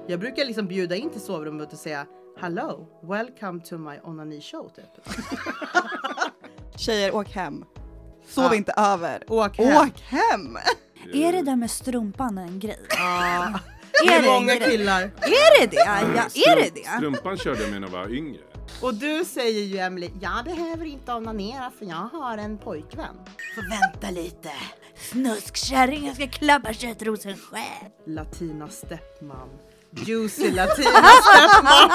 Jag brukar liksom bjuda in till sovrummet och säga hello, welcome to my onani show typ. Tjejer, åk hem. Sov inte över. Åk hem. Åk hem. Är det där med strumpan en grej? Ja. Är Det det är många en grej? killar. Är det det? Ja, är det det? Strumpan körde jag med när jag var yngre. Och du säger ju Emily, jag behöver inte onanera för jag har en pojkvän. Får vänta lite. Snuskkärringen ska klabba köttrosen själv. Latina steppman. Juicy Latina steppman.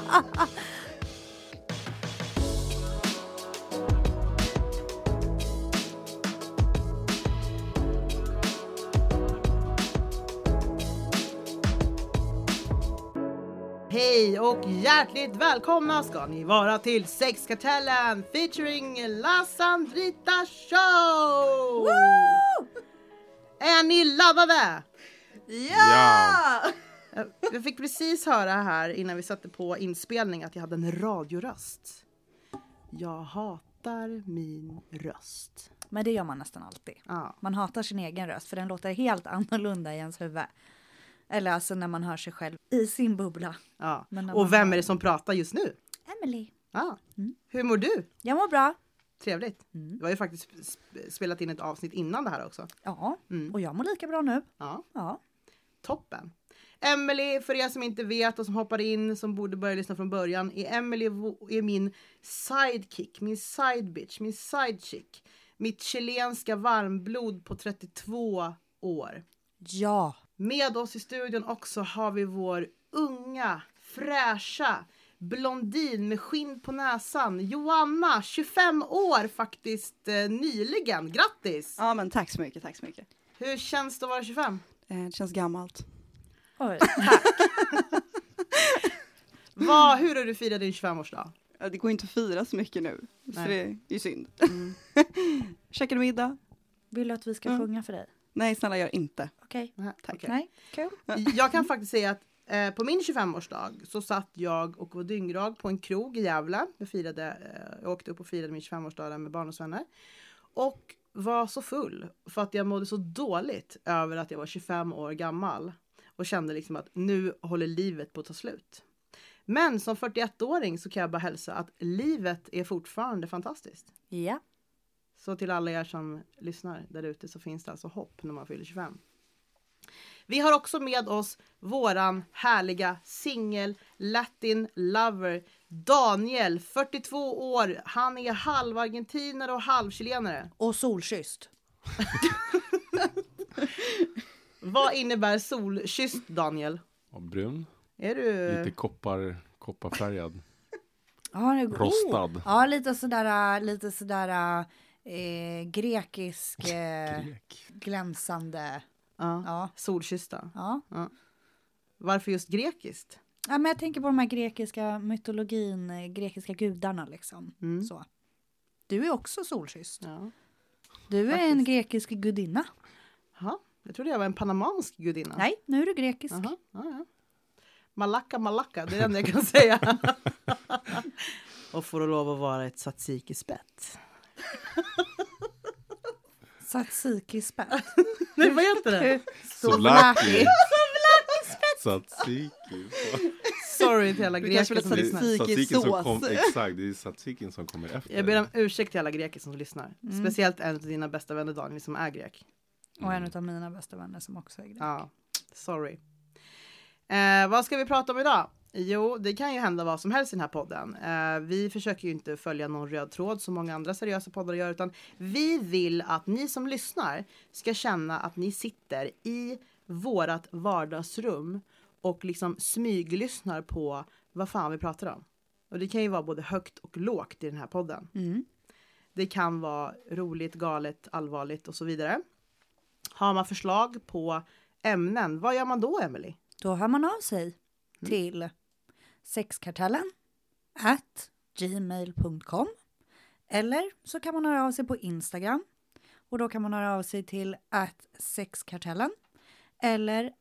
Hej och hjärtligt välkomna ska ni vara till Sexkartellen featuring La Sandrita Show! Woo! Är ni laddade? Ja! Jag fick precis höra här innan vi satte på inspelning att jag hade en radioröst. Jag hatar min röst. Men det gör man nästan alltid. Ja. Man hatar sin egen röst för den låter helt annorlunda i ens huvud. Eller alltså när man hör sig själv i sin bubbla. Ja. Men när Och man vem har- är det som pratar just nu? Emily. Ja. Mm. Hur mår du? Jag mår bra. Trevligt. Du har ju faktiskt spelat in ett avsnitt innan det här också. Ja, Mm. och jag mår lika bra nu. Ja. Ja. Toppen. Emily, för er som inte vet och som hoppar in, som borde börja lyssna från början, är min sidekick, min side bitch, min side chick. Mitt chilenska varmblod på 32 år. Ja. Med oss i studion också har vi vår unga, fräscha blondin med skinn på näsan. Joanna, 25 år faktiskt nyligen. Grattis! Ja, men tack så mycket, tack så mycket. Hur känns det att vara 25? Det känns gammalt. Oj. Hur har du firat din 25-årsdag? Ja, det går inte att fira så mycket nu. Så Nej. det är ju synd. Mm. Käkade middag? Vill du att vi ska Mm. sjunga för dig? Nej, snälla gör inte. Okej. Tack. Okay. Nej, kul. Jag kan faktiskt säga att på min 25-årsdag så satt jag och var dyngrag på en krog i Gävle. Jag åkte upp och firade min 25-årsdag med barndomsvänner. Och var så full för att jag mådde så dåligt över att jag var 25 år gammal. Och kände liksom att nu håller livet på att ta slut. Men som 41-åring så kan jag bara hälsa att livet är fortfarande fantastiskt. Ja. Så till alla er som lyssnar där ute så finns det alltså hopp när man fyller 25. Vi har också med oss våran härliga singel Latin lover Daniel, 42 år. Han är halv argentinare och halv chilenare. Och solkysst. Vad innebär solkysst, Daniel? Och brun. Är du... Lite kopparfärgad. Ja, det är Rostad. Ja, lite sådär grekisk Grek. glänsande. Ja, Ja. solkyssta. Ja. Varför just grekiskt? Ja, men jag tänker på de här grekiska mytologin, grekiska gudarna liksom. Mm. Så. Du är också solkysst. Ja. Du är en Faktiskt. grekisk gudinna. Aha, jag trodde jag var en panamansk gudinna. Nej, nu är du grekisk. Aha, ja. Malacka, det är det enda jag kan säga. Och får lov att vara ett tzatziki-spett. Tzatziki-spett. Nej, vad heter det? Souvlaki. Tzatziki. Sorry till alla Det kanske greker som blir lyssnar. Tzatziki som sås. kom, exakt, det är tzatzikin som kommer efter. Jag ber om ursäkt till alla greker som lyssnar. Speciellt en av dina bästa vänner Daniel som är grek. Och en av mina bästa vänner som också är grek. Ja, sorry. Vad ska vi prata om idag? Jo, det kan ju hända vad som helst i den här podden. Vi försöker ju inte följa någon röd tråd som många andra seriösa poddar gör. Utan vi vill att ni som lyssnar ska känna att ni sitter i vårat vardagsrum och liksom smyglyssnar på vad fan vi pratar om. Och det kan ju vara både högt och lågt i den här podden. Mm. Det kan vara roligt, galet, allvarligt och så vidare. Har man förslag på ämnen, vad gör man då, Emily? Då hör man av sig till sexkartellen@gmail.com eller så kan man höra av sig på Instagram och då kan man höra av sig till @sexkartellen eller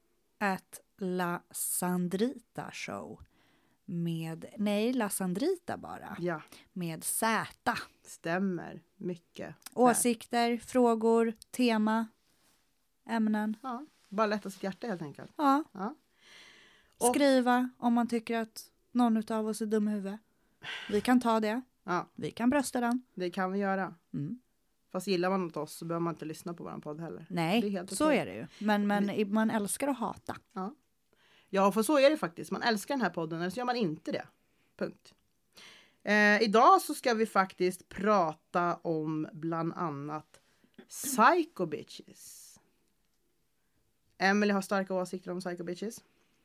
@lasandrita show La Sandrita bara Ja, med Z. stämmer. Mycket. Åsikter, frågor, tema, ämnen. Ja, bara lätta sitt hjärta helt enkelt. Ja. Ja. Skriva om man tycker att någon av oss är dum i huvudet. Vi kan ta det. Ja, Vi kan brösta den. det kan vi göra. Mm. Fast gillar man åt oss så behöver man inte lyssna på våran podd heller. Det är Nej, helt så okej. är det ju. Men man älskar att hata. Ja, för så är det faktiskt. Man älskar den här podden eller så gör man inte det. Punkt. Idag så ska vi faktiskt prata om bland annat Psycho Bitches. Emily har starka åsikter om Psycho Bitches.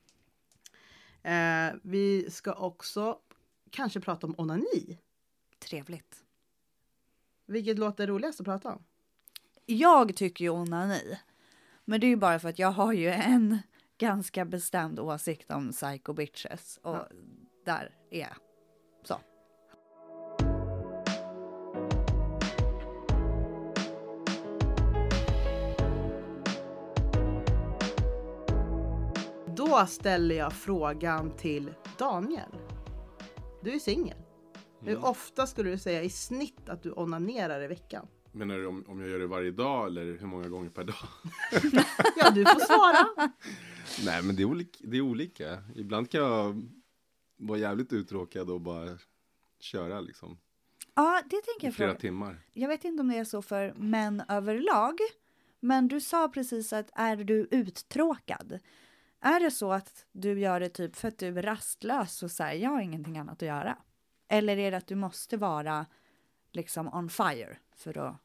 Vi ska också kanske prata om onani. Trevligt. Vilket låter roligast att prata om? Jag tycker ju onani. Men det är ju bara för att jag har ju en ganska bestämd åsikt om Psycho Bitches. Och där är jag. Så. Då ställer jag frågan till Daniel. Du är singel. Hur ofta skulle du säga i snitt att du onanerar i veckan? Menar du om jag gör det varje dag eller hur många gånger per dag? Ja, du får svara. Nej, men det är olika. Ibland kan jag vara jävligt uttråkad och bara köra liksom. Ja, det tänker I jag flera för. timmar. Jag vet inte om det är så för män överlag. Men du sa precis att är du uttråkad? Är det så att du gör det typ för att du är rastlös och säger jag har ingenting annat att göra? Eller är det att du måste vara liksom on fire för att...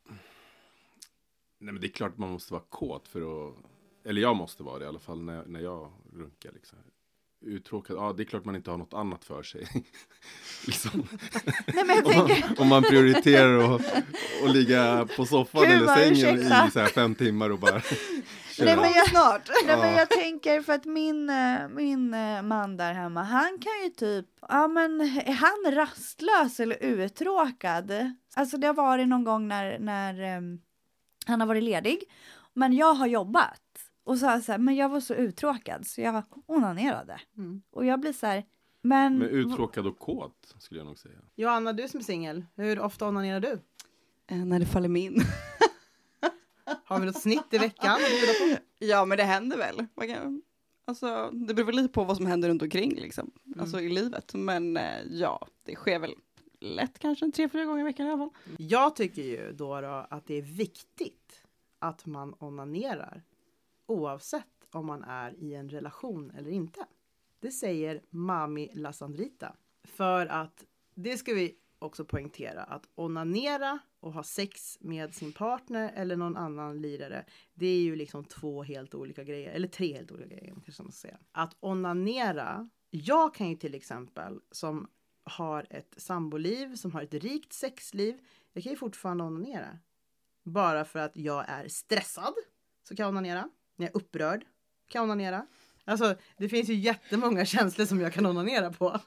Nej, men det är klart man måste vara kåt för att... Eller jag måste vara det i alla fall när jag runkar liksom. Uttråkad, ja det är klart man inte har något annat för sig. Liksom. Nej, men jag tänker... om man prioriterar att ligga på soffan Gud, eller vad sängen ursäkta. i så här 5 timmar och bara köra. Nej, men jag, Snart. nej, men jag tänker för att min man där hemma, han kan ju typ, ja men är han rastlös eller uttråkad? Alltså det har varit någon gång när han har varit ledig, men jag har jobbat. Och så här, men jag var så uttråkad så jag onanerade. Mm. Och jag blir så här, men uttråkad och kåt skulle jag nog säga. Johanna, du som är singel. Hur ofta onanerar du? När det faller mig in. Har vi något snitt i veckan? att bjuda på? Ja, men det händer väl. Alltså, det beror väl lite på vad som händer runt omkring liksom. Alltså i livet. Men ja, det sker väl lätt kanske 3-4 gånger i veckan i alla fall. Jag tycker ju då att det är viktigt att man onanerar. Oavsett om man är i en relation eller inte. Det säger Mami Lasandrita. För att det ska vi också poängtera. Att onanera och ha sex med sin partner eller någon annan lirare. Det är ju liksom 2 helt olika grejer. Eller 3 helt olika grejer kanske man ska säga. Att onanera. Jag kan ju till exempel som har ett samboliv. Som har ett rikt sexliv. Jag kan ju fortfarande onanera. Bara för att jag är stressad. Så kan jag onanera. När jag är upprörd kan jag onanera. Alltså, det finns ju jättemånga känslor som jag kan onanera på.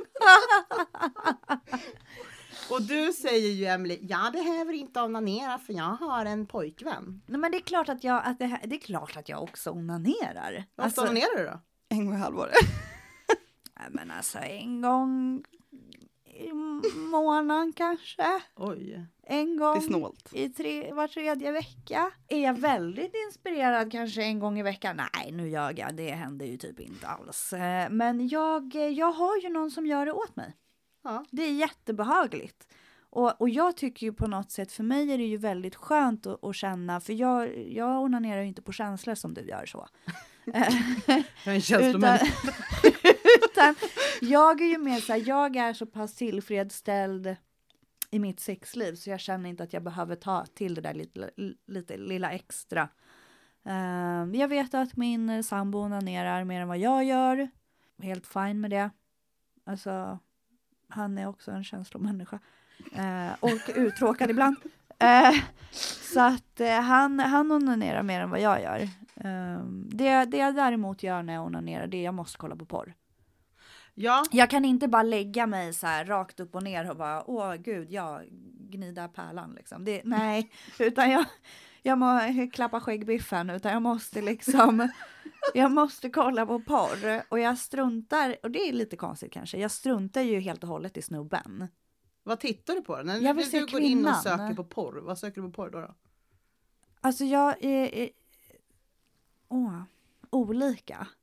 Och du säger ju, Emily, jag behöver inte onanera för jag har en pojkvän. nej, men det är klart att det är klart att jag också onanerar. Hur ofta onanerar du då? En gång i halvåret. Nej, men alltså en gång i månaden kanske. Oj. En Det gång är snålt. var tredje vecka. Är jag väldigt inspirerad kanske en gång i veckan? Nej, nu ljög jag. Det händer ju typ inte alls. Men jag har ju någon som gör det åt mig. Ja. Det är jättebehagligt. Och jag tycker ju på något sätt, för mig är det ju väldigt skönt att känna, för jag onanerar ju inte på känslor som du gör så. Jag är en känslomänniska. utan jag är ju mer så här, jag är så pass tillfredsställd i mitt sexliv så jag känner inte att jag behöver ta till det där lite lilla extra. Jag vet att min sambo onanerar mer än vad jag gör. Helt fine med det. Alltså, han är också en känslomänniska. Och uttråkad ibland. Så att han onanerar mer än vad jag gör. Det jag däremot gör när jag onanerar, det är jag måste kolla på porr. Ja. Jag kan inte bara lägga mig så här rakt upp och ner och bara, åh gud, jag gnida pärlan liksom. Nej, utan jag må klappa skäggbiffen, utan jag måste liksom, jag måste kolla på porr. Och jag struntar, och det är lite konstigt kanske, jag struntar ju helt och hållet i snubben. Vad tittar du på? När Jag vill se du går in och kvinnan. söker på porr, vad söker du på porr då? Alltså jag är olika.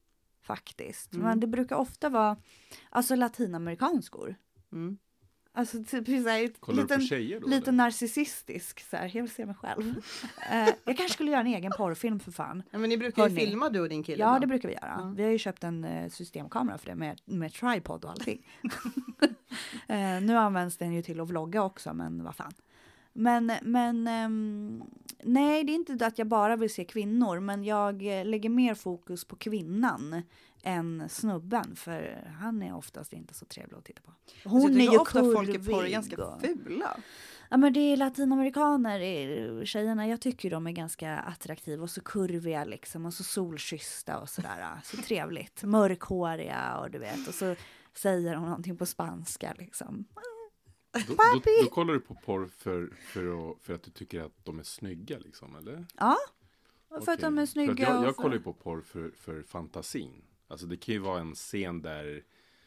faktiskt. Men det brukar ofta vara alltså latinamerikanskor. Mm. Alltså typ såhär, Kollar du på tjejer då? lite eller? narcissistisk såhär, jag vill se mig själv. Jag kanske skulle göra en egen porrfilm för fan. Ja, men ni brukar ju Hörni. filma du och din kille. Ja, då. det brukar vi göra. Ja. Vi har ju köpt en systemkamera för det med tripod och allting. Nu används den ju till att vlogga också, men vad fan. Men nej, det är inte att jag bara vill se kvinnor, men jag lägger mer fokus på kvinnan än snubben, för han är oftast inte så trevlig att titta på. Hon är ju ofta folk är kurvig ganska och- fula. Ja, men det är latinamerikaner, tjejerna, jag tycker de är ganska attraktiva och så kurviga liksom och så solkyssta och sådär, så trevligt, mörkhåriga och du vet, och så säger de någonting på spanska liksom. Då kollar du på porr för att du tycker att de är snygga liksom, eller? Ja, för Okej. att de är För att snygga. jag och kollar ju på porr för fantasin. Alltså det kan ju vara en scen där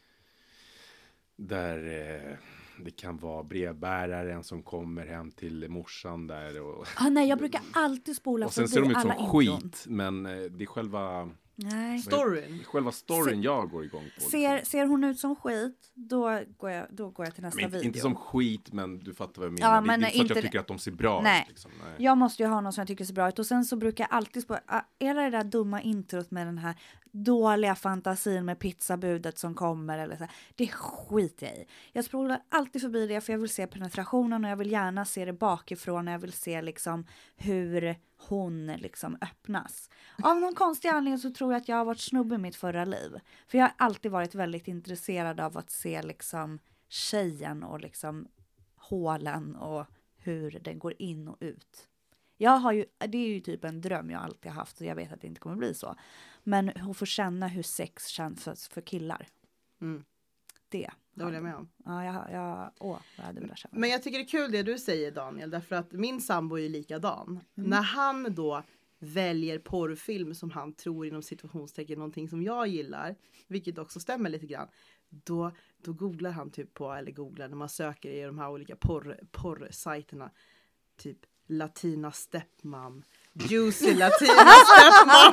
det kan vara brevbäraren som kommer hem till morsan där. Och nej, jag brukar alltid spola och sen ser förbi de ut som alla intron. skit, men det är själva Nej. Storyn. jag går igång på. Ser hon ut som skit, då går jag till nästa Men video. inte som skit, men du fattar vad jag Ja, menar. men det är inte så att inte jag det- tycker att de ser bra Nej. ut. Liksom. Nej. Jag måste ju ha någon som jag tycker ser bra ut. Och sen så brukar jag alltid hela det där dumma introt med den här dåliga fantasin med pizzabudet som kommer. Eller så här, det skiter jag i. Jag spolar alltid förbi det, för jag vill se penetrationen och jag vill gärna se det bakifrån. Och jag vill se liksom hur hon liksom öppnas. Av någon konstig anledning så tror jag att jag har varit snubbe i mitt förra liv. För jag har alltid varit väldigt intresserad av att se liksom tjejen och liksom hålen och hur den går in och ut. Det är ju typ en dröm jag alltid haft, så jag vet att det inte kommer bli så. Men hon får känna hur sex känns för killar. Mm. Det håller jag med om. Ja, jag hade velat känna. Men jag tycker det är kul det du säger, Daniel, därför att min sambo är ju likadan. När han då väljer porrfilm som han tror inom situationstecken någonting som jag gillar, vilket också stämmer lite grann, då googlar han typ på, eller googlar när man söker i de här olika porrsajterna, typ Latina stepmom, juicy Latina stepmom.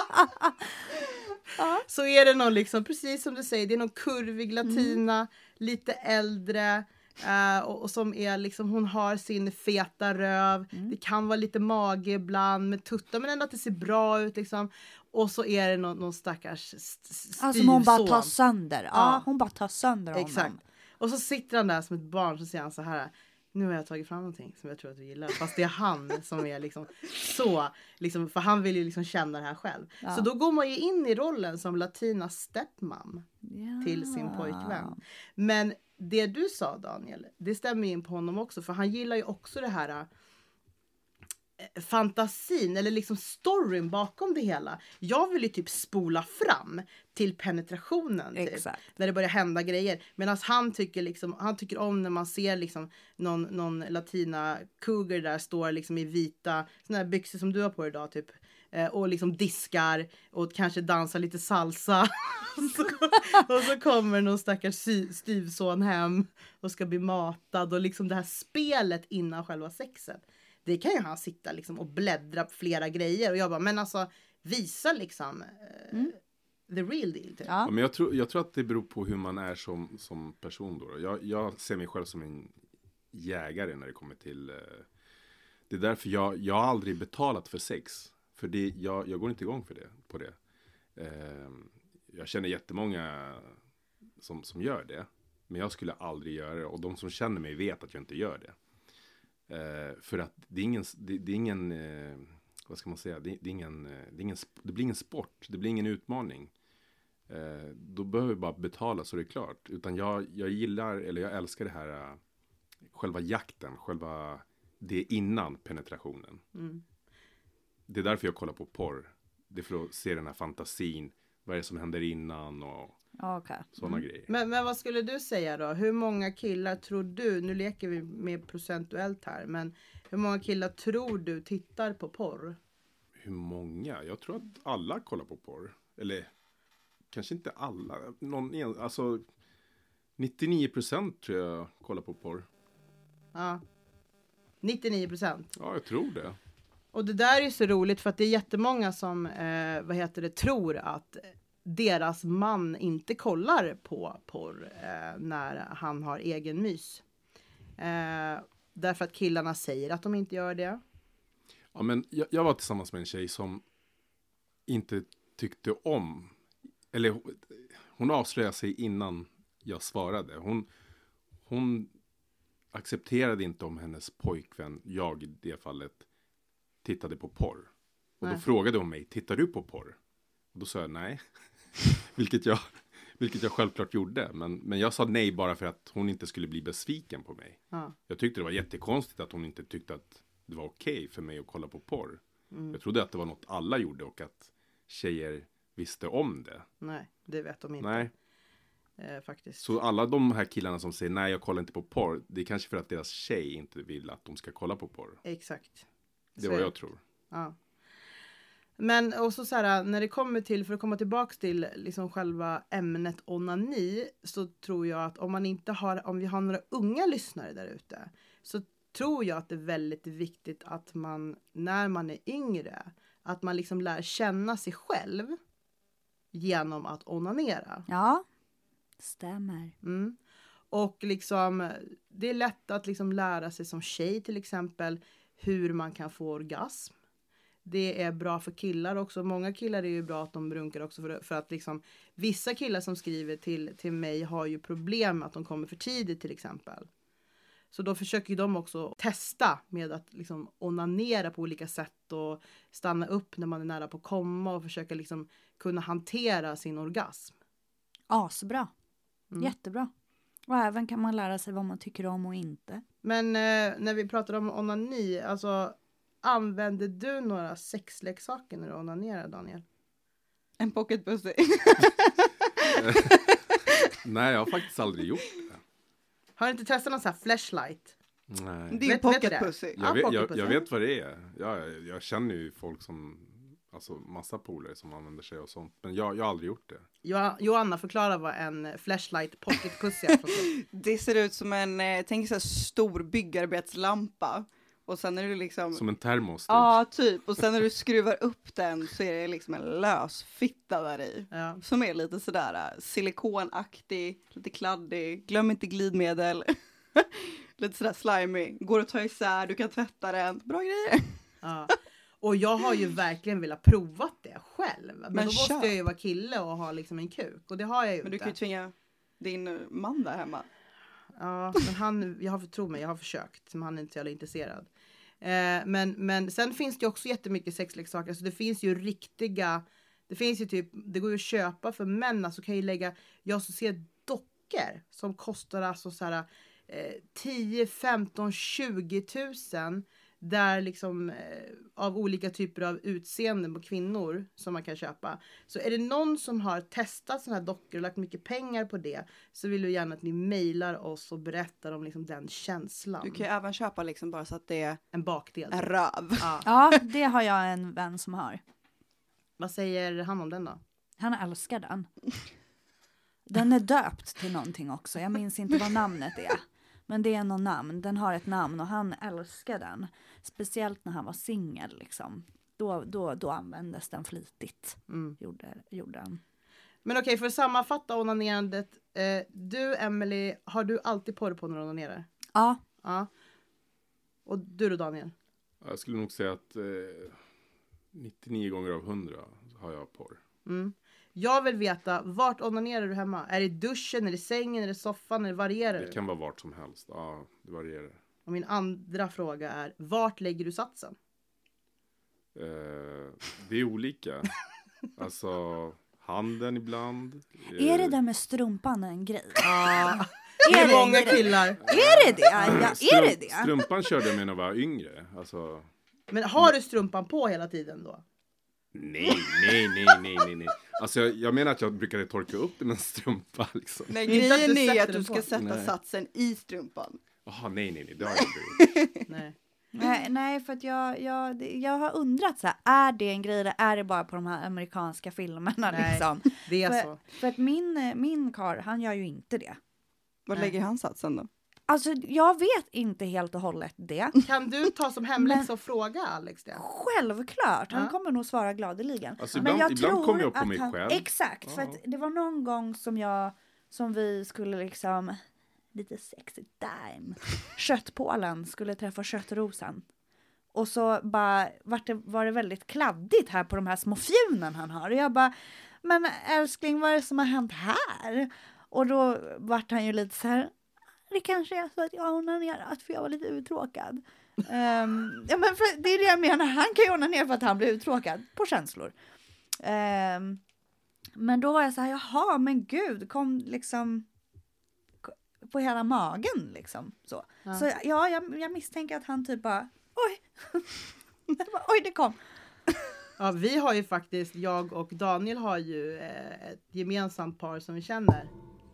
Så är det någon liksom, precis som du säger, det är någon kurvig latina, lite äldre, och som är liksom, hon har sin feta röv, det kan vara lite mage ibland med tuttar, men ändå att det ser bra ut liksom. Och så är det någon stackars Alltså hon bara tar styvson. sönder. Ja, hon bara tar sönder honom. Exakt. Och så sitter han där som ett barn, så säger han så här: nu har jag tagit fram någonting som jag tror att du gillar. Fast det är han som är liksom så, liksom, för han vill ju liksom känna det här själv. Ja. Så då går man ju in i rollen som Latina stepmom Ja. till sin pojkvän. Men det du sa, Daniel, det stämmer in på honom också, för han gillar ju också det här fantasin eller liksom storyn bakom det hela. Jag vill ju typ spola fram till penetrationen typ, Exakt. när det börjar hända grejer, medan han tycker om när man ser liksom någon latina cougar där står liksom i vita såna här byxor som du har på idag typ, och liksom diskar och kanske dansar lite salsa. Och så kommer någon stackars styvson hem och ska bli matad, och liksom det här spelet innan själva sexet, det kan ju han sitta liksom och bläddra på flera grejer, och jag bara, men alltså visa liksom the real deal typ. Ja. Ja, men jag tror att det beror på hur man är som person då. Jag ser mig själv som en jägare när det kommer till det är därför jag har aldrig betalat för sex, för det, jag går inte igång på det. Jag känner jättemånga som gör det, men jag skulle aldrig göra det, och de som känner mig vet att jag inte gör det. För att det är ingen vad ska man säga, det blir ingen sport, det blir ingen utmaning. Då behöver vi bara betala så det är klart. Utan jag gillar, eller jag älskar det här själva jakten, själva det innan penetrationen. Det är därför jag kollar på porr. Det är för att se den här fantasin, vad är det som händer innan och Okay. sådana grejer. Men vad skulle du säga då? Hur många killar tror du, nu leker vi med procentuellt här, men hur många killar tror du tittar på porr? Hur många? Jag tror att alla kollar på porr. Eller kanske inte alla. Alltså 99% tror jag kollar på porr. Ja. 99%. Ja, jag tror det. Och det där är ju så roligt, för att det är jättemånga som tror att deras man inte kollar på porr när han har egen mys. Därför att killarna säger att de inte gör det. Ja, men jag var tillsammans med en tjej som inte tyckte om, eller hon avslöjade sig innan jag svarade. Hon accepterade inte om hennes pojkvän, jag i det fallet, tittade på porr. Och då frågade hon mig, tittar du på porr? Och då sa jag nej. vilket jag självklart gjorde. Men jag sa nej bara för att hon inte skulle bli besviken på mig. Ja. Jag tyckte det var jättekonstigt att hon inte tyckte att det var okej för mig att kolla på porr. Jag trodde att det var något alla gjorde och att tjejer visste om det. Nej, det vet de inte. Nej. Faktiskt. Så alla de här killarna som säger nej, jag kollar inte på porr, det är kanske för att deras tjej inte vill att de ska kolla på porr. Exakt. Det är vad jag tror. Ja. Men också så här, när det kommer till, för att komma tillbaka till liksom själva ämnet onani, så tror jag att om vi har några unga lyssnare där ute, så tror jag att det är väldigt viktigt att man, när man är yngre, att man liksom lär känna sig själv genom att onanera. Ja, stämmer. Mm. Och liksom, det är lätt att liksom lära sig som tjej till exempel hur man kan få orgasm. Det är bra för killar också. Många killar är ju bra att de brunkar också för att liksom, vissa killar som skriver till mig har ju problem med att de kommer för tidigt till exempel. Så då försöker de också testa med att liksom onanera på olika sätt och stanna upp när man är nära på att komma och försöka liksom kunna hantera sin orgasm. Asbra. Jättebra. Och även kan man lära sig vad man tycker om och inte. Men när vi pratar om onani, alltså använder du några sexleksaker när du onanerar, Daniel? En pocket pussy. Nej, jag har faktiskt aldrig gjort det. Har du inte testat någon sån här flashlight? Nej. Det är Vet pocket du det? pussy. Jag vet vad det är. Jag känner ju folk som, alltså massa polare som använder sig av sånt. Men jag har aldrig gjort det. Joanna, förklara vad en flashlight pocket pussy är. Det ser ut som en, tänk så här stor byggarbetslampa. Och sen är det liksom... Som en termos. Typ. Ja, typ. Och sen när du skruvar upp den så är det liksom en lös fitta där i. Ja. Som är lite sådär silikonaktig, lite kladdig. Glöm inte glidmedel. Lite sådär slimy. Går att ta isär, du kan tvätta den. Bra grejer. Ja. Och jag har ju verkligen velat prova det själv. Men då måste kör. jag ju vara kille och ha liksom en kuk. Och det har jag ju Men du inte. kan ju tvinga din man där hemma. Ja, men jag har försökt. Men han är inte så jävla intresserad. Men sen finns det också jättemycket sexleksaker. Så det finns ju riktiga... Det finns ju typ... Det går ju att köpa för män. Alltså kan ju lägga... Jag ser dockor som kostar alltså så här 10, 15, 20 tusen. Där liksom av olika typer av utseenden på kvinnor som man kan köpa. Så är det någon som har testat sådana här dockor och lagt mycket pengar på det, så vill vi gärna att ni mejlar oss och berättar om liksom den känslan. Du kan ju även köpa liksom bara så att det är En bakdel. en röv. Ja. Ja, det har jag en vän som har. Vad säger han om den då? Han älskar den. Den är döpt till någonting också. Jag minns inte vad namnet är. Men det är något namn. Den har ett namn och han älskar den. Speciellt när han var singel liksom. Då användes den flitigt. Gjorde den. Men okej, för att sammanfatta onanerandet. Du, Emily, har du alltid porr på när du onanerar? Ja. Ja. Och du då, Daniel? Jag skulle nog säga att 99 gånger av 100 har jag porr. Jag vill veta, vart onanerar du hemma? Är det i duschen, är det i sängen, är det i soffan, är det varierar Det det? kan vara vart som helst. Ja, det varierar. Och min andra fråga är, vart lägger du satsen? Det är olika. Alltså, handen ibland. Är det där med strumpan en grej? Ja, Är det är det många en grej? killar. Är det det? Ja, är det det? Strumpan körde jag med när jag var yngre. Alltså, Men har du strumpan på hela tiden då? nej. Alltså jag menar att jag brukade torka upp en strumpa liksom. Nej, Inte att du grejen är sätter att den du ska på. sätta Nej. satsen i strumpan. Jaha, nej, det har jag inte gjort. Nej. Nej, för att jag har undrat så här, är det en grej eller är det bara på de här amerikanska filmerna Nej. liksom? Det är så. För att min karl, han gör ju inte det. Var Nej. lägger han satsen då? Alltså jag vet inte helt och hållet det. Kan du ta som hemläxa och fråga Alex det? Självklart, han Ja. kommer nog svara gladeligen. Alltså Men jag ibland kommer jag på att mig själv. Exakt, för Ja. att det var någon gång som vi skulle liksom, lite sexy time, köttpålen skulle träffa köttrosen. Och så bara var det väldigt kladdigt här på de här små fjunen han har. Och jag bara, men älskling, vad är det som har hänt här? Och då vart han ju lite så här, det kanske är så att jag har onanerat för jag var lite uttråkad. Ja, men för det är det jag menar, han kan ju onanera för att han blir uttråkad på känslor. Men då var jag så här, jaha, men gud, kom liksom på hela magen liksom. Så ja, jag misstänker att han typ bara, oj, oj, det kom. Ja, vi har ju faktiskt, jag och Daniel har ju ett gemensamt par som vi känner.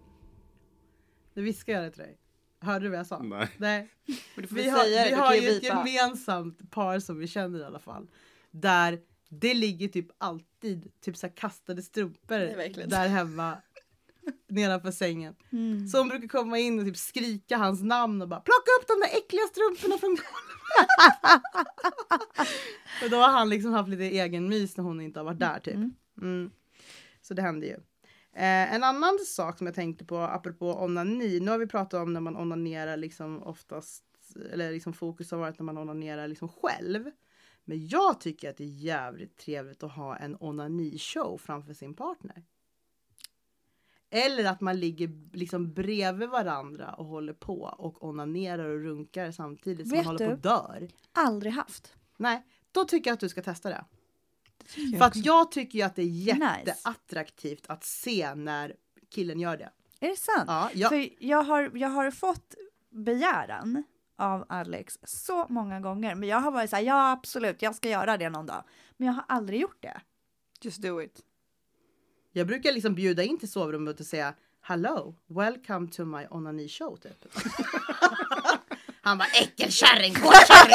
Nu viskar jag det till dig. Hörde du vad jag sa? Nej. Nej. Men du får Vi väl har, säga det, vi du har kan ju ju ett bipa. gemensamt par som vi känner i alla fall. Där det ligger typ alltid typ så här kastade strumpor Nej, verkligen. där hemma nedanför sängen. Så hon brukar komma in och typ skrika hans namn och bara plocka upp de där äckliga strumporna från golvet. Och då har han liksom haft lite egen mys när hon inte har varit där typ. Så det händer ju. En annan sak som jag tänkte på apropå onani. Nu har vi pratat om när man onanerar liksom oftast, eller liksom fokus har varit när man onanerar liksom själv. Men jag tycker att det är jävligt trevligt att ha en onani-show framför sin partner. Eller att man ligger liksom bredvid varandra och håller på och onanerar och runkar samtidigt som Vet man håller på du? och dör. Aldrig haft. Nej, då tycker jag att du ska testa det. jag För att också. jag tycker ju att det är Nice. jätteattraktivt att se när killen gör det. Är det sant? Ja. För jag har fått begäran av Alex så många gånger. Men jag har varit så här, ja absolut, jag ska göra det någon dag. Men jag har aldrig gjort det. Just do it. Jag brukar liksom bjuda in till sovrummet och säga hello, welcome to my onani show typ. Han var äckelkärring, kåtkärring.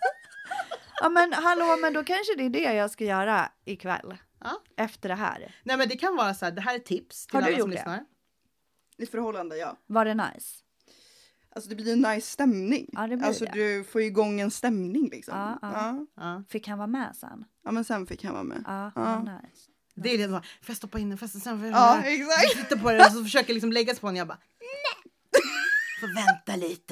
Ja men hallå, men då kanske det är det jag ska göra ikväll. Ja. Efter det här. Nej men det kan vara så här, det här är tips till Har du alla som gjort det? lyssnar. I förhållande, ja. Var det nice? Alltså det blir en nice stämning. Ja, det blir alltså det. du får igång en stämning liksom. Ja, ja. Ja. Ja. Fick han vara med sen? Ja, men sen fick han vara med. Ja, Ja. nice. Det är det bara, får jag stoppa in den festen sen? Ja, exakt. Titta på det och så försöker liksom lägga sig på den. Jag bara, nej. Får vänta lite.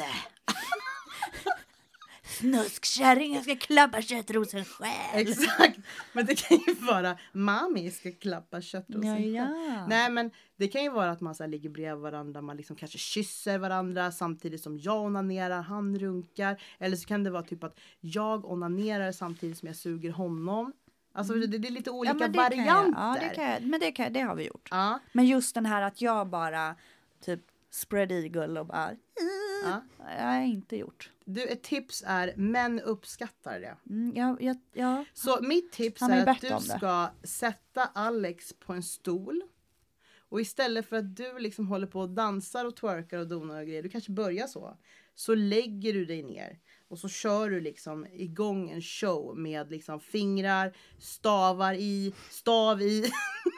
Snuskkärring, jag ska klappa köttrosen själv. Exakt. Men det kan ju vara, mami ska klappa köttrosen. Ja. Nej men det kan ju vara att man så här ligger bredvid varandra, man liksom kanske kysser varandra samtidigt som jag onanerar, han runkar. Eller så kan det vara typ att jag onanerar samtidigt som jag suger honom. Alltså det är lite olika men det varianter. Det har vi gjort. Ja, Men just den här att jag bara typ spread eagle och bara ja. jag har inte gjort. Du, ett tips är, män uppskattar det. Ja. Så mitt tips Han har är ju att bett du om det. ska sätta Alex på en stol. Och istället för att du liksom håller på och dansar och twerkar och donar och grejer, du kanske börjar så lägger du dig ner. Och så kör du liksom igång en show med liksom fingrar, stav i.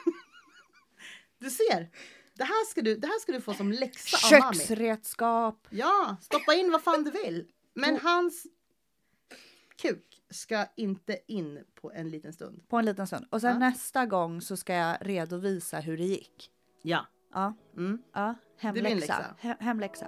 Du ser, det här ska du få som läxa av mami. Köksredskap. Ja, stoppa in vad fan du vill. Men hans kuk ska inte in på en liten stund. På en liten stund. Och sen Ja. nästa gång så ska jag redovisa hur det gick. Ja. Ja. Mm. Ja. blir en Hemläxa. läxa. Hemläxa.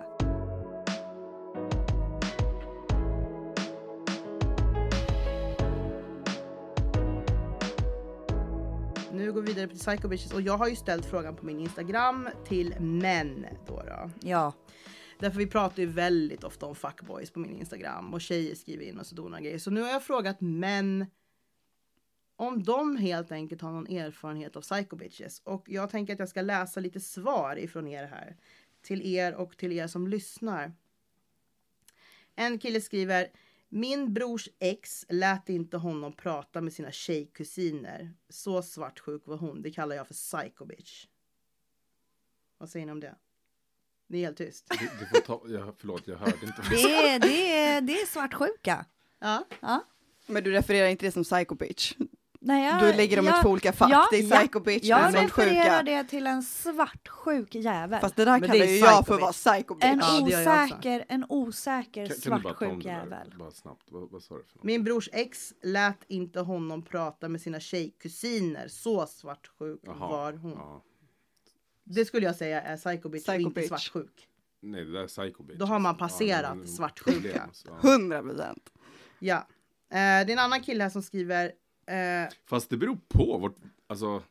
Nu går vi vidare till Psycho Bitches. Och jag har ju ställt frågan på min Instagram till män då. Ja. Därför vi pratar ju väldigt ofta om fuckboys på min Instagram. Och tjejer skriver in och så donar grejer. Så nu har jag frågat män om de helt enkelt har någon erfarenhet av Psycho Bitches. Och jag tänker att jag ska läsa lite svar ifrån er här. Till er och till er som lyssnar. En kille skriver: min brors ex lät inte honom prata med sina tjejkusiner. Så svartsjuk var hon. Det kallar jag för psycho bitch. Vad säger ni om det? Det är helt tyst. Du får ta, förlåt, jag hörde inte. Det är svartsjuka. Ja. Ja. Men du refererar inte det som psycho bitch? Du lägger dem i två olika fack. Det är psycho bitch Jag och refererar sjuka. det till en svartsjuk jävel. Fast det där Men kallar det är ju jag psycho för att vara bitch. psycho bitch. En Ja, det gör jag också. osäker Kan du bara ta om svartsjuk det där, jävel. bara snabbt? Vad sa du för något? Min brors ex lät inte honom prata med sina tjejkusiner. Så svartsjuk Jaha, var hon. ja. Det skulle jag säga är psycho bitch och Psycho inte bitch. svartsjuk. Nej, det där är psycho bitch. Då har man Ja, passerat men- svartsjuka. problem, alltså. Ja. 100%. Ja. Det är en annan kille här som skriver. Fast det beror på vart, alltså.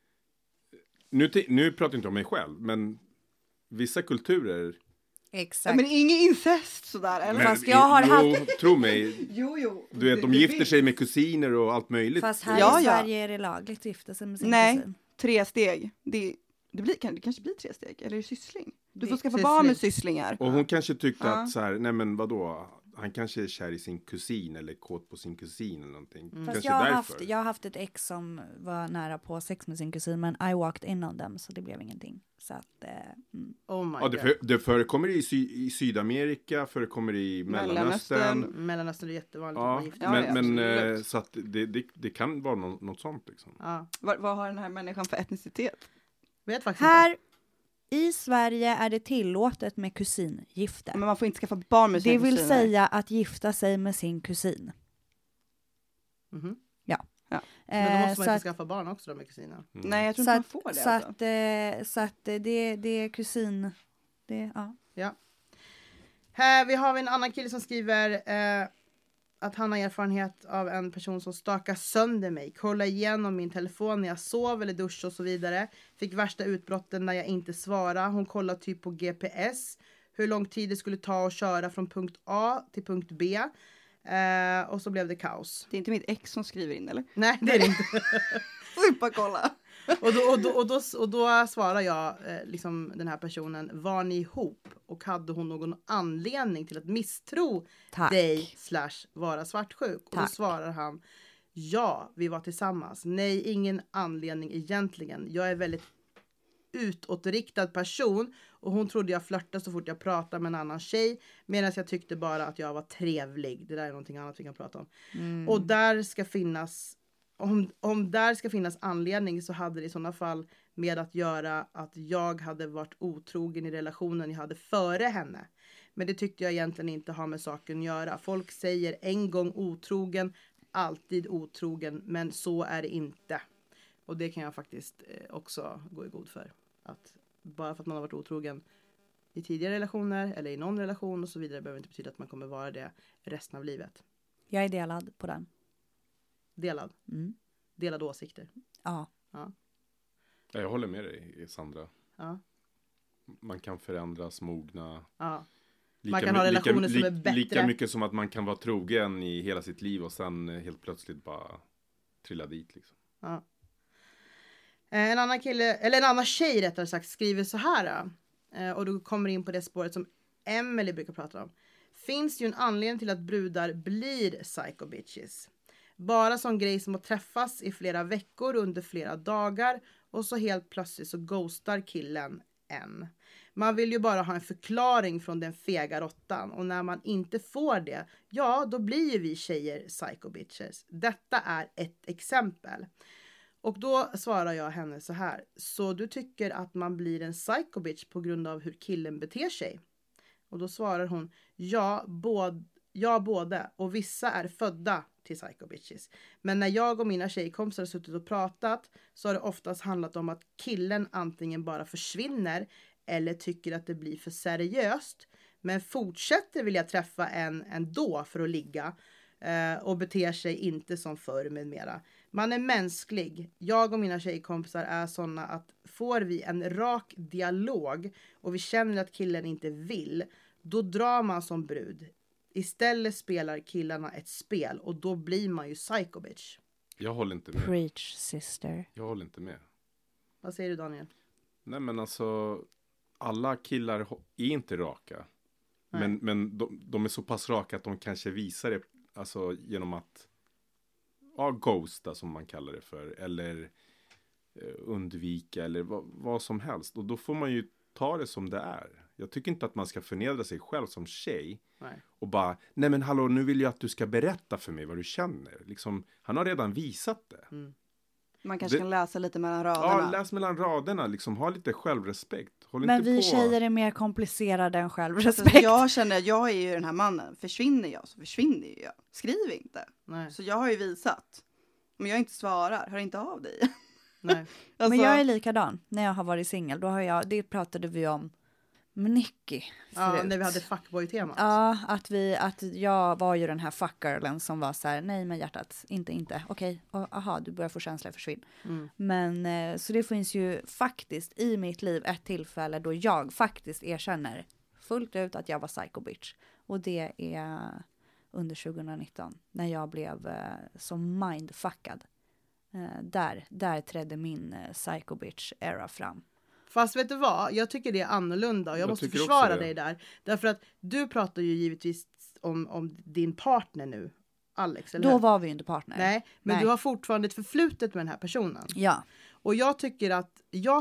Nu pratar jag inte om mig själv, men vissa kulturer. Exakt. Men inget incest sådär, eller? Men, Fast jag har tro mig, Jo. du vet, de gifter sig med kusiner och allt möjligt. Fast här Ja, i ja. Sverige är det lagligt att gifta sig med sin Nej. kusin. 3 steg. Det kanske blir 3 steg. Eller är det syssling? Du får Det- skaffa syssling. barn med sysslingar. Och hon kanske tyckte Ja. att så här, nej men vadå, han kanske är kär i sin kusin eller kåt på sin kusin eller någonting. Fast Kanske jag därför. har haft ett ex som var nära på sex med sin kusin, men I walked in on them, så det blev ingenting. Så att, Oh my Ja, god. det förekommer i Sydamerika, förekommer i Mellanöstern. Mellanöstern är jättevanligt att Ja, man gifter Ja, sig. ja. men absolut. så att det kan vara något sånt liksom. Ja. Vad har den här människan för etnicitet? Vet faktiskt här i Sverige är det tillåtet med kusingifte. Men man får inte skaffa barn med sina Det vill kusiner. säga att gifta sig med sin kusin. inte. Mhm. Ja. Men då måste man så inte att, skaffa barn också då med kusinen. Nej, jag tror så inte att, man får det. så Alltså. att det är kusin. Ja. Här vi har en annan kille som skriver att han har erfarenhet av en person som stakar sönder mig. Kolla igenom min telefon när jag sov eller duschar och så vidare. Fick värsta utbrotten när jag inte svarade. Hon kollade typ på GPS. Hur lång tid det skulle ta att köra från punkt A till punkt B. Och så blev det kaos. Det är inte mitt ex som skriver in, eller? Nej, det är det inte. Slippa kolla. Och då svarar jag liksom den här personen, var ni ihop? Och hade hon någon anledning till att misstro Tack. dig / vara svartsjuk? Och då Tack. svarar han, ja, vi var tillsammans. Nej, ingen anledning egentligen. Jag är väldigt utåtriktad person och hon trodde jag flörtade så fort jag pratade med en annan tjej, medan jag tyckte bara att jag var trevlig. Det där är någonting annat vi kan prata om. Och där ska finnas, om där ska finnas anledning, så hade det i sådana fall med att göra att jag hade varit otrogen i relationen jag hade före henne. Men det tyckte jag egentligen inte har med saken att göra. Folk säger en gång otrogen, alltid otrogen, men så är det inte. Och det kan jag faktiskt också gå i god för. Att bara för att man har varit otrogen i tidigare relationer eller i någon relation och så vidare behöver inte betyda att man kommer vara det resten av livet. Jag är delad på den. Delad. Mm. Delade åsikter. Ja. Ja, jag håller med dig, Sandra. Ja. Man kan förändras, mogna. Ja. Man kan ha relationer som är bättre. Lika mycket som att man kan vara trogen i hela sitt liv och sen helt plötsligt bara trilla dit liksom. Ja. En annan kille, eller en annan tjej rättare sagt, skriver så här. Och du kommer in på det spåret som Emily brukar prata om. Finns ju en anledning till att brudar blir psycho bitches. Bara som grej som att träffas i flera veckor under flera dagar och så helt plötsligt så ghostar killen en. Man vill ju bara ha en förklaring från den fega råttan och när man inte får det, ja då blir ju vi tjejer psycho bitches. Detta är ett exempel. Och då svarar jag henne så här. Så du tycker att man blir en psycho bitch på grund av hur killen beter sig? Och då svarar hon, ja både. Och vissa är födda till psycho bitches. Men när jag och mina tjejkompisar har suttit och pratat så har det oftast handlat om att killen antingen bara försvinner eller tycker att det blir för seriöst. Men fortsätter vilja träffa en ändå för att ligga och beter sig inte som förr med mera. Man är mänsklig. Jag och mina tjejkompisar är sådana att får vi en rak dialog och vi känner att killen inte vill, då drar man som brud. Istället spelar killarna ett spel och då blir man ju psycho bitch. Jag håller inte med. Preach sister. Jag håller inte med. Vad säger du, Daniel? Nej men alltså, alla killar är inte raka. Nej. Men de är så pass raka att de kanske visar det alltså, genom att ghosta som man kallar det för. Eller undvika eller vad som helst. Och då får man ju ta det som det är Jag tycker inte att man ska förnedra sig själv som tjej. Nej. Och bara, nej men hallå, nu vill jag att du ska berätta för mig vad du känner. Liksom, han har redan visat det. Man kanske kan läsa lite mellan raderna. Ja, läs mellan raderna. Liksom, ha lite självrespekt. Håll Men inte vi på. tjejer är mer komplicerade än Alltså, självrespekt. jag känner att jag är ju den här mannen. Försvinner jag så försvinner ju jag. Skriv inte. Nej. Så jag har ju visat. Om jag inte svarar, hör inte av dig. Nej. Alltså, Men jag är likadan när jag har varit singel. Då har jag, det pratade vi om med Nicky Ja, förut. när vi hade fuckboy-temat. Ja, att jag var ju den här fuckgirlen som var så här, nej med hjärtat, inte, okej, aha, du börjar få känslor, försvinn. Men så det finns ju faktiskt i mitt liv ett tillfälle då jag faktiskt erkänner fullt ut att jag var psycho bitch. Och det är under 2019 när jag blev så mindfuckad. Där trädde min psycho bitch era fram. Fast vet du vad? Jag tycker det är annorlunda och jag måste tycker försvara också det. dig där. Därför att du pratar ju givetvis om din partner nu, Alex, eller Då hur? var vi ju inte partner. Nej, men Nej. du har fortfarande ett förflutet med den här personen. Ja. Och jag tycker att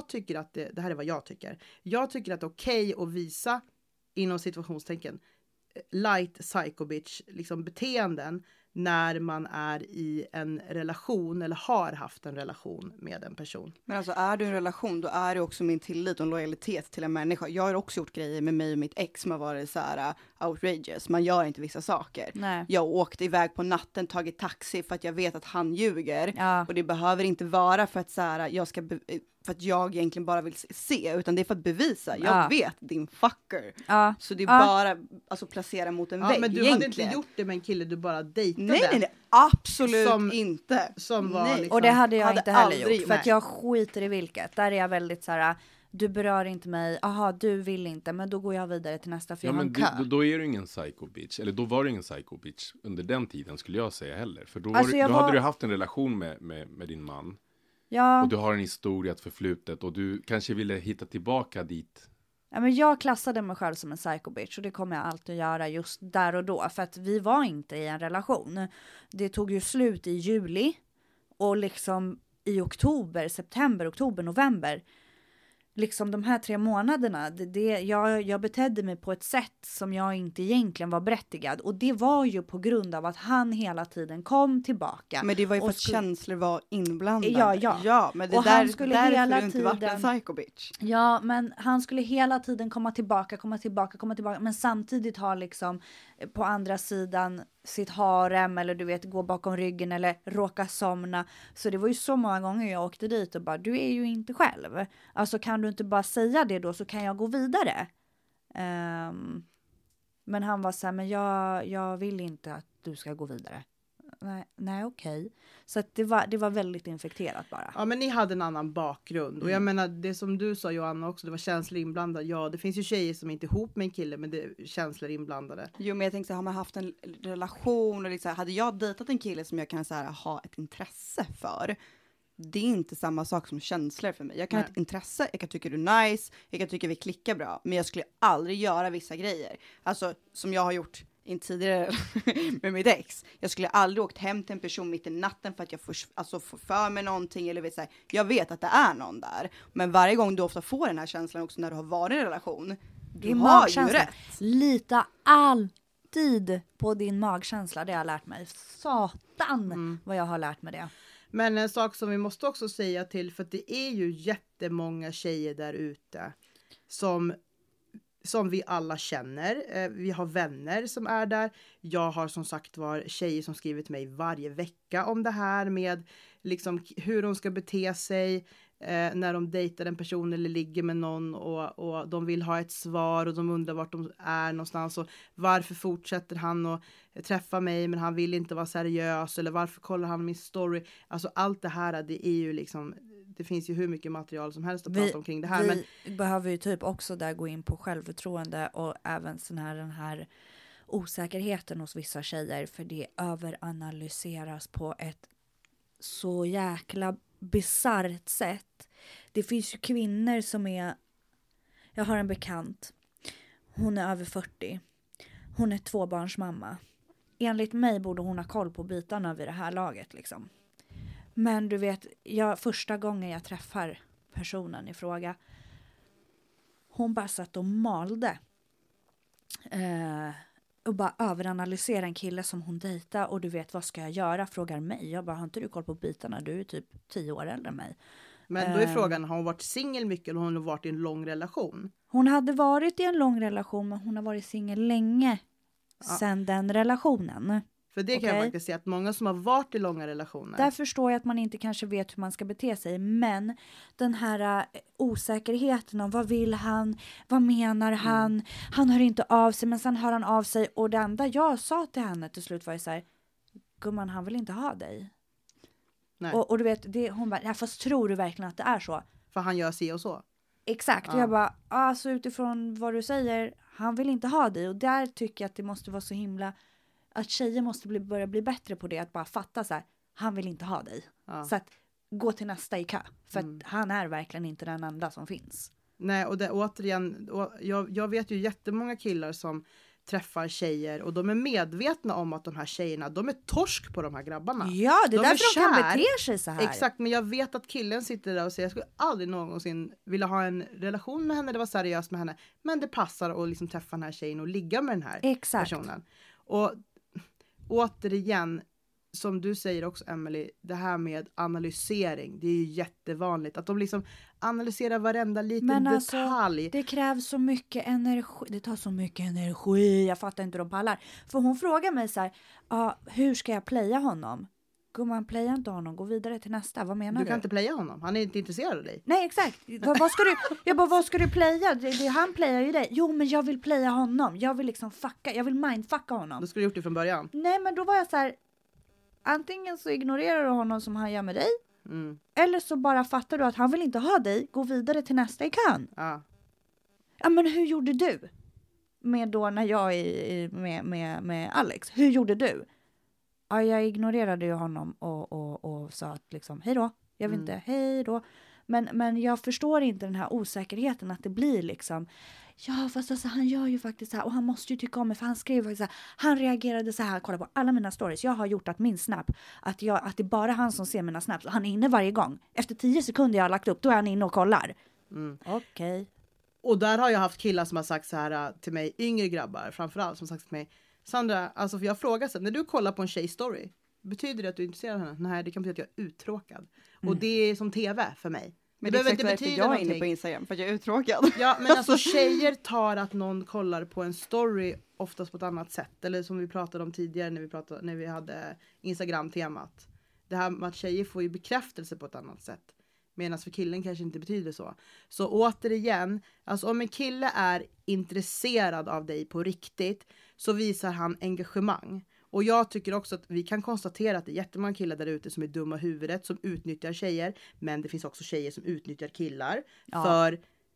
det här är vad jag tycker. Jag tycker att det är okej att visa inom situationstecken light psycho bitch liksom beteenden när man är i en relation eller har haft en relation med en person. Men alltså är du i en relation, då är det också min tillit och lojalitet till en människa. Jag har också gjort grejer med mig och mitt ex som har varit så här outrageous. Man gör inte vissa saker. Nej. Jag åkte iväg på natten, tagit taxi för att jag vet att han ljuger. Ja. Och det behöver inte vara för att så här, för att jag egentligen bara vill se, utan det är för att bevisa. Jag Ja. vet din fucker. Ja. Så det är Ja. bara alltså placera mot en Ja, vägg men du egentligen. hade inte gjort det med en kille du bara dejtade. Nej, absolut Som- inte. Som var Nej. liksom... Och det hade jag Hade inte heller aldrig- gjort. För att nej. jag skiter i vilket. Där är jag väldigt så här, du berör inte mig. Aha, du vill inte. Men då går jag vidare till nästa för Ja, jag har men en kö. då är du ingen psycho bitch. Eller då var du ingen psycho bitch under den tiden skulle jag säga heller. För då, Alltså, jag då var- hade du haft en relation med din man. Ja, Och du har en historia, ett förflutet. Och du kanske ville hitta tillbaka dit. ja, men jag klassade mig själv som en psycho bitch. Och det kommer jag alltid göra just där och då. För att vi var inte i en relation. Det tog ju slut i juli. Och liksom i oktober, september, oktober, november. Liksom de här 3 månaderna, jag betedde mig på ett sätt som jag inte egentligen var berättigad. Och det var ju på grund av att han hela tiden kom tillbaka. Men det var ju för och att känslor var inblandade. Ja. Men det Och där, han skulle därför hela du inte varit en tiden- psycho bitch. Ja, men han skulle hela tiden komma tillbaka. Men samtidigt ha liksom på andra sidan sitt harem eller du vet gå bakom ryggen eller råka somna. Så det var ju så många gånger jag åkte dit och bara, du är ju inte själv. Alltså kan du inte bara säga det då så kan jag gå vidare. Men han var så här, men jag vill inte att du ska gå vidare. Nej, okej. Så att det var väldigt infekterat bara. Ja, men ni hade en annan bakgrund. Och jag menar, det som du sa Joanna också, det var känslor inblandade. Ja, det finns ju tjejer som inte är ihop med en kille, men det är känslor inblandade. Jo, men jag tänkte så här, har man haft en relation och liksom, hade jag dejtat en kille som jag kan så här, ha ett intresse för, det är inte samma sak som känslor för mig. Jag kan ha ett intresse, jag kan tycka du är nice, jag kan tycka vi klickar bra, men jag skulle aldrig göra vissa grejer. Alltså, som jag har gjort in tidigare med mitt ex. Jag skulle aldrig åkt hem till en person mitt i natten för att jag får för mig någonting. Eller vet, så här, jag vet att det är någon där. Men varje gång du ofta får den här känslan också när du har varit i en relation. Du Din har ju magkänsla. rätt. Lita alltid på din magkänsla. Det har jag lärt mig. Satan vad jag har lärt mig det. Men en sak som vi måste också säga till, för att det är ju jättemånga tjejer där ute som vi alla känner. Vi har vänner som är där. Jag har som sagt var tjejer som skrivit till mig varje vecka om det här med liksom hur de ska bete sig när de dejtar en person eller ligger med någon och de vill ha ett svar och de undrar vart de är någonstans och varför fortsätter han att träffa mig men han vill inte vara seriös eller varför kollar han min story. Alltså allt det här, det är ju liksom, det finns ju hur mycket material som helst att prata omkring det här. Men Vi behöver ju typ också där gå in på självförtroende och även den här osäkerheten hos vissa tjejer, för det överanalyseras på ett så jäkla bisarrt sätt. Det finns ju kvinnor som är, jag har en bekant, hon är över 40, hon är 2-barnsmamma. Enligt mig borde hon ha koll på bitarna vid det här laget liksom. Men du vet, första gången jag träffar personen i fråga, Hon bara satt och malde. Och bara överanalysera en kille som hon dejtar. Och du vet, vad ska jag göra? Frågar mig. Jag bara, har inte du koll på bitarna? Du är typ 10 år äldre än mig. Men då är frågan, har hon varit singel mycket eller har hon varit i en lång relation? Hon hade varit i en lång relation, men hon har varit singel länge sedan den relationen. För det kan jag faktiskt säga att många som har varit i långa relationer. Där förstår jag att man inte kanske vet hur man ska bete sig. Men den här osäkerheten om vad vill han? Vad menar han? Han hör inte av sig, men sen hör han av sig. Och det enda jag sa till henne till slut var ju så här: gumman, han vill inte ha dig. Nej. Och du vet, hon bara, ja, fast tror du verkligen att det är så? För han gör si och så. Exakt, och jag bara, alltså utifrån vad du säger, han vill inte ha dig. Och där tycker jag att det måste vara så himla, att tjejer måste börja bli bättre på det. Att bara fatta så här, han vill inte ha dig. Så att gå till nästa i kö. För att han är verkligen inte den enda som finns. Nej, och det återigen, jag vet ju jättemånga killar som träffar tjejer och de är medvetna om att de här tjejerna, de är torsk på de här grabbarna. Ja, det är därför de kan bete sig så här. Exakt, men jag vet att killen sitter där och säger, jag skulle aldrig någonsin vilja ha en relation med henne, det var seriöst med henne, men det passar att liksom träffa den här tjejen och ligga med den här personen. Och återigen, som du säger också, Emily, det här med analysering, det är ju jättevanligt att de liksom analyserar varenda liten detalj. Alltså, det krävs så mycket energi, det tar så mycket energi, jag fattar inte, de pallar. För hon frågar mig så här, hur ska jag playa honom? Gumman, playa inte honom, gå vidare till nästa, vad menar du? Du kan inte playa honom, han är inte intresserad av dig. Nej, exakt. Vad ska du, jag bara, vad ska du playa? Han playar ju dig. Jo, men jag vill playa honom, jag vill liksom jag vill mindfucka honom. Då skulle du gjort det från början. Nej, men då var jag så här, antingen så ignorerar du honom som han gör med dig. Eller så bara fattar du att han vill inte ha dig. Gå vidare till nästa i kön. Ja, men hur gjorde du? Med då när jag är med Alex. Hur gjorde du? Ja, jag ignorerade ju honom och sa att liksom, hej då. Jag vill inte, hej då. Men jag förstår inte den här osäkerheten att det blir liksom, ja fast alltså, han gör ju faktiskt så här och han måste ju tycka om mig för han skrev faktiskt så här, han reagerade så här, kolla på alla mina stories, jag har gjort att min snap, att det är bara han som ser mina snaps och han är inne varje gång, efter 10 sekunder jag har lagt upp, då är han inne och kollar. Okej. Och där har jag haft killar som har sagt så här till mig, yngre grabbar framförallt, som sagt till mig, Sandra, alltså för jag frågar så, när du kollar på en tjejstory, betyder det att du är intresserad av henne? Nej, det kan betyda att jag är uttråkad. Och det är som tv för mig. Men det behöver inte betyda jag är inne på Instagram för att jag är uttråkad. Ja, men alltså tjejer tar att någon kollar på en story oftast på ett annat sätt. Eller som vi pratade om tidigare när vi hade Instagram-temat. Det här med att tjejer får ju bekräftelse på ett annat sätt. Medan för killen kanske inte betyder så. Så återigen, alltså om en kille är intresserad av dig på riktigt så visar han engagemang. Och jag tycker också att vi kan konstatera att det är jättemånga killar där ute som är dumma i huvudet, som utnyttjar tjejer. Men det finns också tjejer som utnyttjar killar för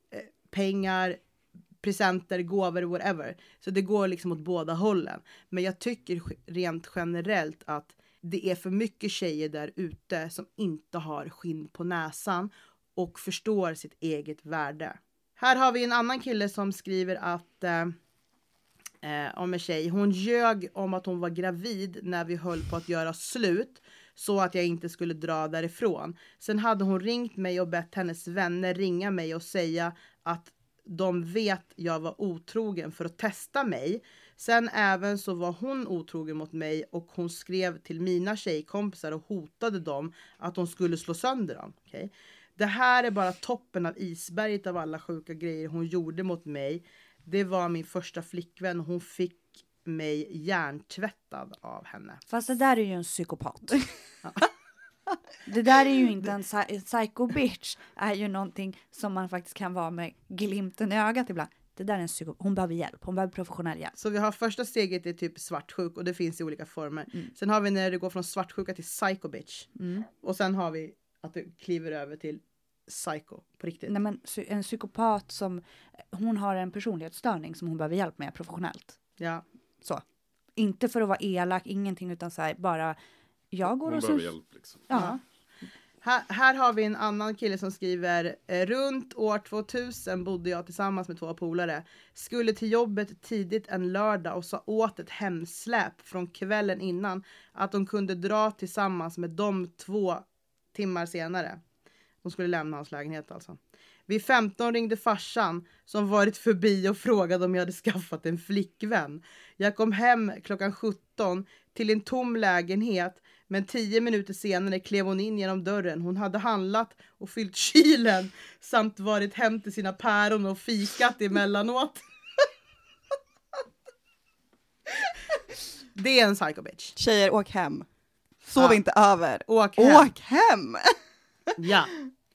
pengar, presenter, gåvor, whatever. Så det går liksom åt båda hållen. Men jag tycker rent generellt att det är för mycket tjejer där ute som inte har skinn på näsan och förstår sitt eget värde. Här har vi en annan kille som skriver att om en tjej, hon ljög om att hon var gravid när vi höll på att göra slut så att jag inte skulle dra därifrån. Sen hade hon ringt mig och bett hennes vänner ringa mig och säga att de vet jag var otrogen för att testa mig. Sen även så var hon otrogen mot mig och hon skrev till mina tjejkompisar och hotade dem att hon skulle slå sönder dem. Okay? Det här är bara toppen av isberget av alla sjuka grejer hon gjorde mot mig. Det var min första flickvän och hon fick mig hjärntvättad av henne. Fast det där är ju en psykopat. Det där är ju inte en psycho bitch. Är ju någonting som man faktiskt kan vara med glimten i ögat ibland. Det där är en psykopat. Hon behöver hjälp. Hon behöver professionell hjälp. Så vi har första steget är typ svartsjuk och det finns i olika former. Sen har vi när det går från svartsjuka till psycho bitch. Och sen har vi att det kliver över till psycho på riktigt. Nej, men en psykopat som hon har en personlighetsstörning som hon behöver hjälp med professionellt. Ja. Så. Inte för att vara elak, ingenting utan så här bara jag går hon och behöver hjälp liksom. Ja. Här har vi en annan kille som skriver runt år 2000 bodde jag tillsammans med 2 polare. Skulle till jobbet tidigt en lördag och sa åt ett hemsläp från kvällen innan att de kunde dra tillsammans med de 2 timmar senare. De skulle lämna hans lägenhet alltså. Vid 15 ringde farsan som varit förbi och frågade om jag hade skaffat en flickvän. Jag kom hem klockan 17 till en tom lägenhet, men 10 minuter senare klev hon in genom dörren. Hon hade handlat och fyllt kylen samt varit hem till sina päron och fikat emellanåt. Det är en psycho bitch. Tjejer, åk hem. Sov inte över. Åk hem. Åk hem! Ja.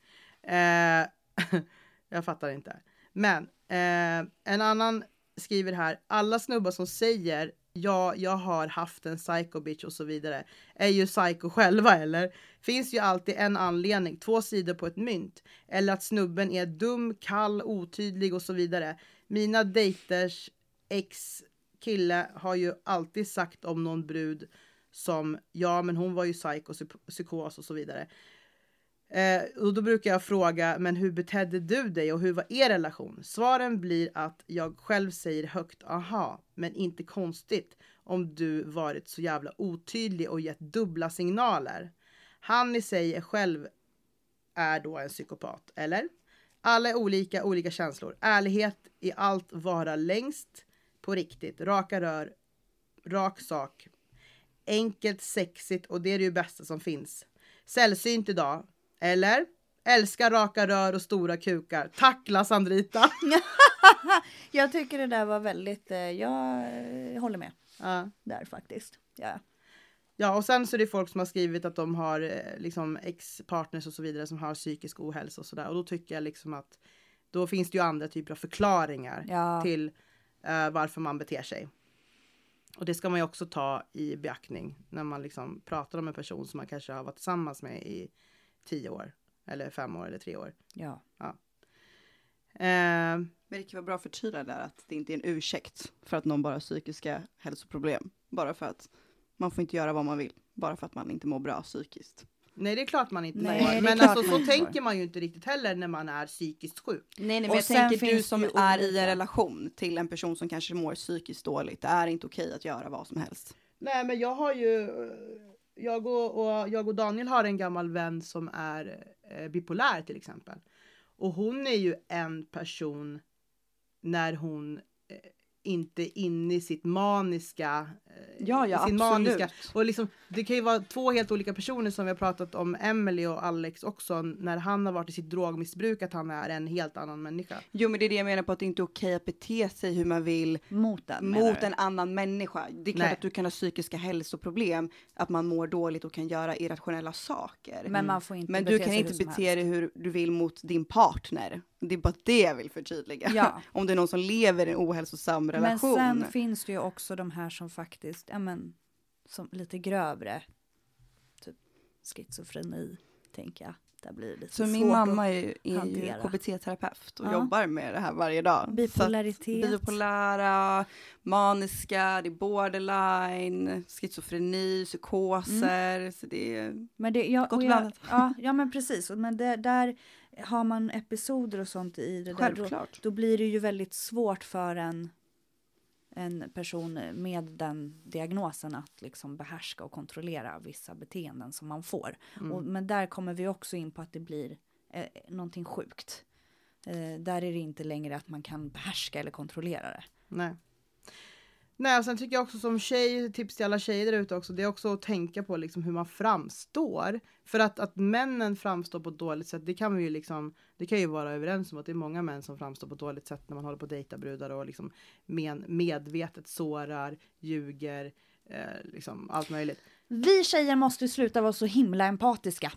Jag fattar inte. Men en annan skriver här. Alla snubbar som säger ja, jag har haft en psycho bitch och så vidare är ju psycho själva, eller? Finns ju alltid en anledning, 2 sidor på ett mynt. Eller att snubben är dum, kall, otydlig och så vidare. Mina dejters ex-kille har ju alltid sagt om någon brud som ja, men hon var ju psycho, psykos och så vidare. Och då brukar jag fråga, men hur betedde du dig och hur var er relation? Svaren blir att jag själv säger högt, aha, men inte konstigt om du varit så jävla otydlig och gett dubbla signaler. Han i sig själv är då en psykopat, eller? Alla är olika känslor. Ärlighet i allt vara längst på riktigt. Raka rör, rak sak. Enkelt, sexigt och det är det ju bästa som finns. Sällsynt idag. Eller? Älskar raka rör och stora kukar. Tackla Sandrita. Jag tycker det där var väldigt, jag håller med. Ja. Där faktiskt. Ja. Ja, och sen så är det folk som har skrivit att de har liksom ex-partners och så vidare som har psykisk ohälsa och sådär. Och då tycker jag liksom att då finns det ju andra typer av förklaringar till varför man beter sig. Och det ska man ju också ta i beaktning när man liksom pratar om en person som man kanske har varit tillsammans med i 10 år. Eller 5 år eller 3 år. Ja. Men det kan vara bra att förtydliga där att det inte är en ursäkt för att någon bara har psykiska hälsoproblem. Bara för att man får inte göra vad man vill. Bara för att man inte mår bra psykiskt. Nej, det är klart man inte Nej, får. Men alltså, så tänker man ju inte riktigt heller när man är psykiskt sjuk. Nej, men Och jag sen tänker du finns som det ju är i olika. en relation till en person som kanske mår psykiskt dåligt. Det är inte okej att göra vad som helst. Nej, men jag har ju... Jag och Daniel har en gammal vän som är bipolär till exempel. Och hon är ju en person när hon inte är inne i sitt maniska. Ja, sin absolut. maniska. Och liksom, det kan ju vara 2 helt olika personer som vi har pratat om, Emily och Alex också. När han har varit i sitt drogmissbruk, att han är en helt annan människa. Jo, men det är det jag menar på att det inte är okej att bete sig hur man vill Mot en annan människa. Det är klart att du kan ha psykiska hälsoproblem, att man mår dåligt och kan göra irrationella saker. Men man får inte Men bete du kan sig inte hur som bete helst. dig hur du vill mot din partner. Det är bara det jag vill förtydliga. Ja. Om det är någon som lever i en ohälsosam relation. Men sen finns det ju också de här som faktiskt, ja men, som lite grövre, typ schizofreni, tänker jag. Där blir det lite Så svårt min mamma att är ju hantera. KBT-terapeut och Ja. jobbar med det här varje dag. Bipolaritet. Så att bipolära, maniska, det är borderline, schizofreni, psykoser. Så det är Men det, ja, gott och blandat. ja, men precis. Men där har man episoder och sånt i det där. Självklart. Då blir det ju väldigt svårt för en person med den diagnosen att liksom behärska och kontrollera vissa beteenden som man får. Men där kommer vi också in på att det blir någonting sjukt. Där är det inte längre att man kan behärska eller kontrollera det. Nej, och sen tycker jag också som tjej, tips till alla tjejer där ute också, det är också att tänka på liksom hur man framstår. För att männen framstår på ett dåligt sätt, det kan vi ju liksom, det kan ju vara överens om att det är många män som framstår på ett dåligt sätt när man håller på att dejta brudar och liksom medvetet sårar, ljuger, liksom allt möjligt. Vi tjejer måste sluta vara så himla empatiska.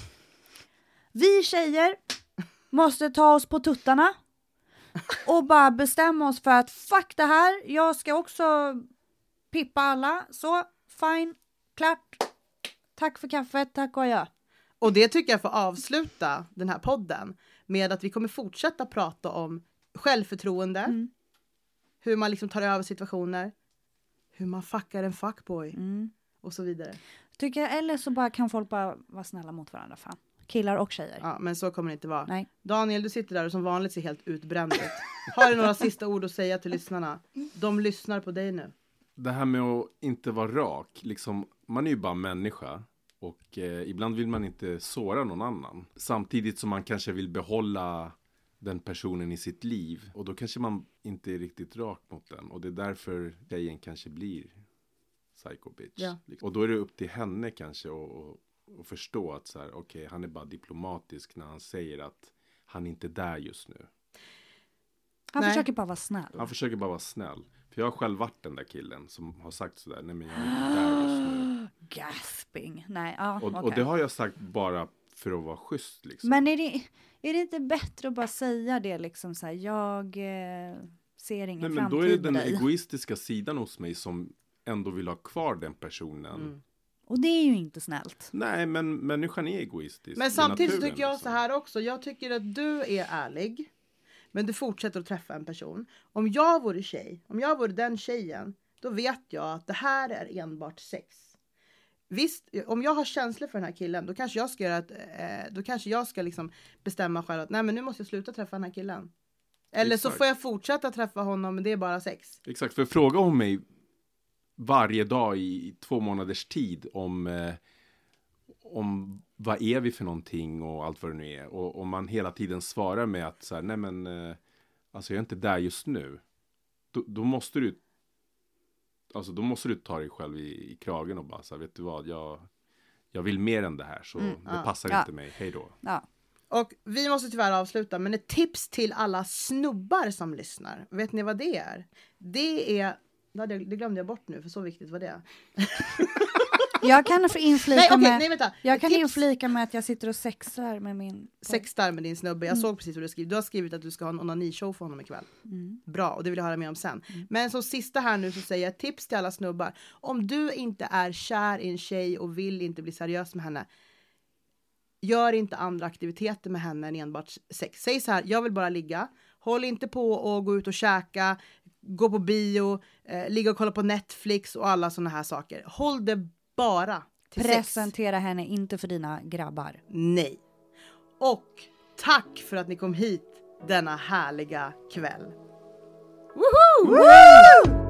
Vi tjejer måste ta oss på tuttarna och bara bestämma oss för att fuck det här. Jag ska också pippa alla. Så, fine, klart. Tack för kaffet, tack och jag. Och det tycker jag får avsluta den här podden med att vi kommer fortsätta prata om självförtroende. Hur man liksom tar över situationer. Hur man fuckar en fuckboy. Och så vidare. Tycker jag, eller så bara kan folk bara vara snälla mot varandra, fan. Killar och tjejer. Ja, men så kommer det inte vara. Nej. Daniel, du sitter där och som vanligt ser helt utbränd ut. Har du några sista ord att säga till lyssnarna? De lyssnar på dig nu. Det här med att inte vara rak, liksom, man är ju bara människa. Och ibland vill man inte såra någon annan. Samtidigt som man kanske vill behålla den personen i sitt liv. Och då kanske man inte är riktigt rak mot den. Och det är därför tjejen kanske blir psycho bitch. Ja. Och då är det upp till henne kanske att förstå att så här, okej, han är bara diplomatisk när han säger att han inte är där just nu. Han Nej. försöker bara vara snäll. Han försöker bara vara snäll. För jag har själv varit den där killen som har sagt sådär, nej men jag är inte där just nu. Gasping. Nej, ja, Och okej. det har jag sagt bara för att vara schysst liksom. Men är det inte bättre att bara säga det liksom så här, jag ser ingen Nej, men framtid då är det med den dig. egoistiska sidan hos mig som ändå vill ha kvar den personen. Mm. Och det är ju inte snällt. Nej, men människan är egoistisk. Men i samtidigt så naturen, tycker jag liksom. så här också. Jag tycker att du är ärlig. Men du fortsätter att träffa en person. Om jag vore tjej, om jag vore den tjejen, då vet jag att det här är enbart sex. Visst, om jag har känslor för den här killen, då kanske jag ska göra då kanske jag ska liksom bestämma själv att nej, men nu måste jag sluta träffa den här killen. Eller så Exakt. får jag fortsätta träffa honom, men det är bara sex. Exakt, för fråga om mig varje dag i 2 månaders tid om vad är vi för någonting och allt vad det nu är. Och om man hela tiden svarar med att så här, nej men alltså jag är inte där just nu. Då måste du ta dig själv i kragen och bara så här, vet du vad, jag vill mer än det här, så det passar Ja. inte mig, hej då. Ja. Och vi måste tyvärr avsluta, men ett tips till alla snubbar som lyssnar. Vet ni vad det är? Det är... Det glömde jag bort nu, för så viktigt var det. Jag kan inflika Nej, okej, med... nej, vänta. Jag kan Tips- inflika med att jag sitter och sexar med min... Sextar med din snubbe. Jag såg precis vad du skrev. Du har skrivit att du ska ha en onani-show för honom ikväll. Bra, och det vill jag höra mer om sen. Men som sista här nu så säger jag ett tips till alla snubbar. Om du inte är kär i en tjej och vill inte bli seriös med henne, gör inte andra aktiviteter med henne än enbart sex. Säg så här, jag vill bara ligga. Håll inte på och gå ut och käka, gå på bio, ligga och kolla på Netflix och alla såna här saker. Håll det bara till sex. Presentera henne inte för dina grabbar. Nej. Och tack för att ni kom hit denna härliga kväll. Woohoo!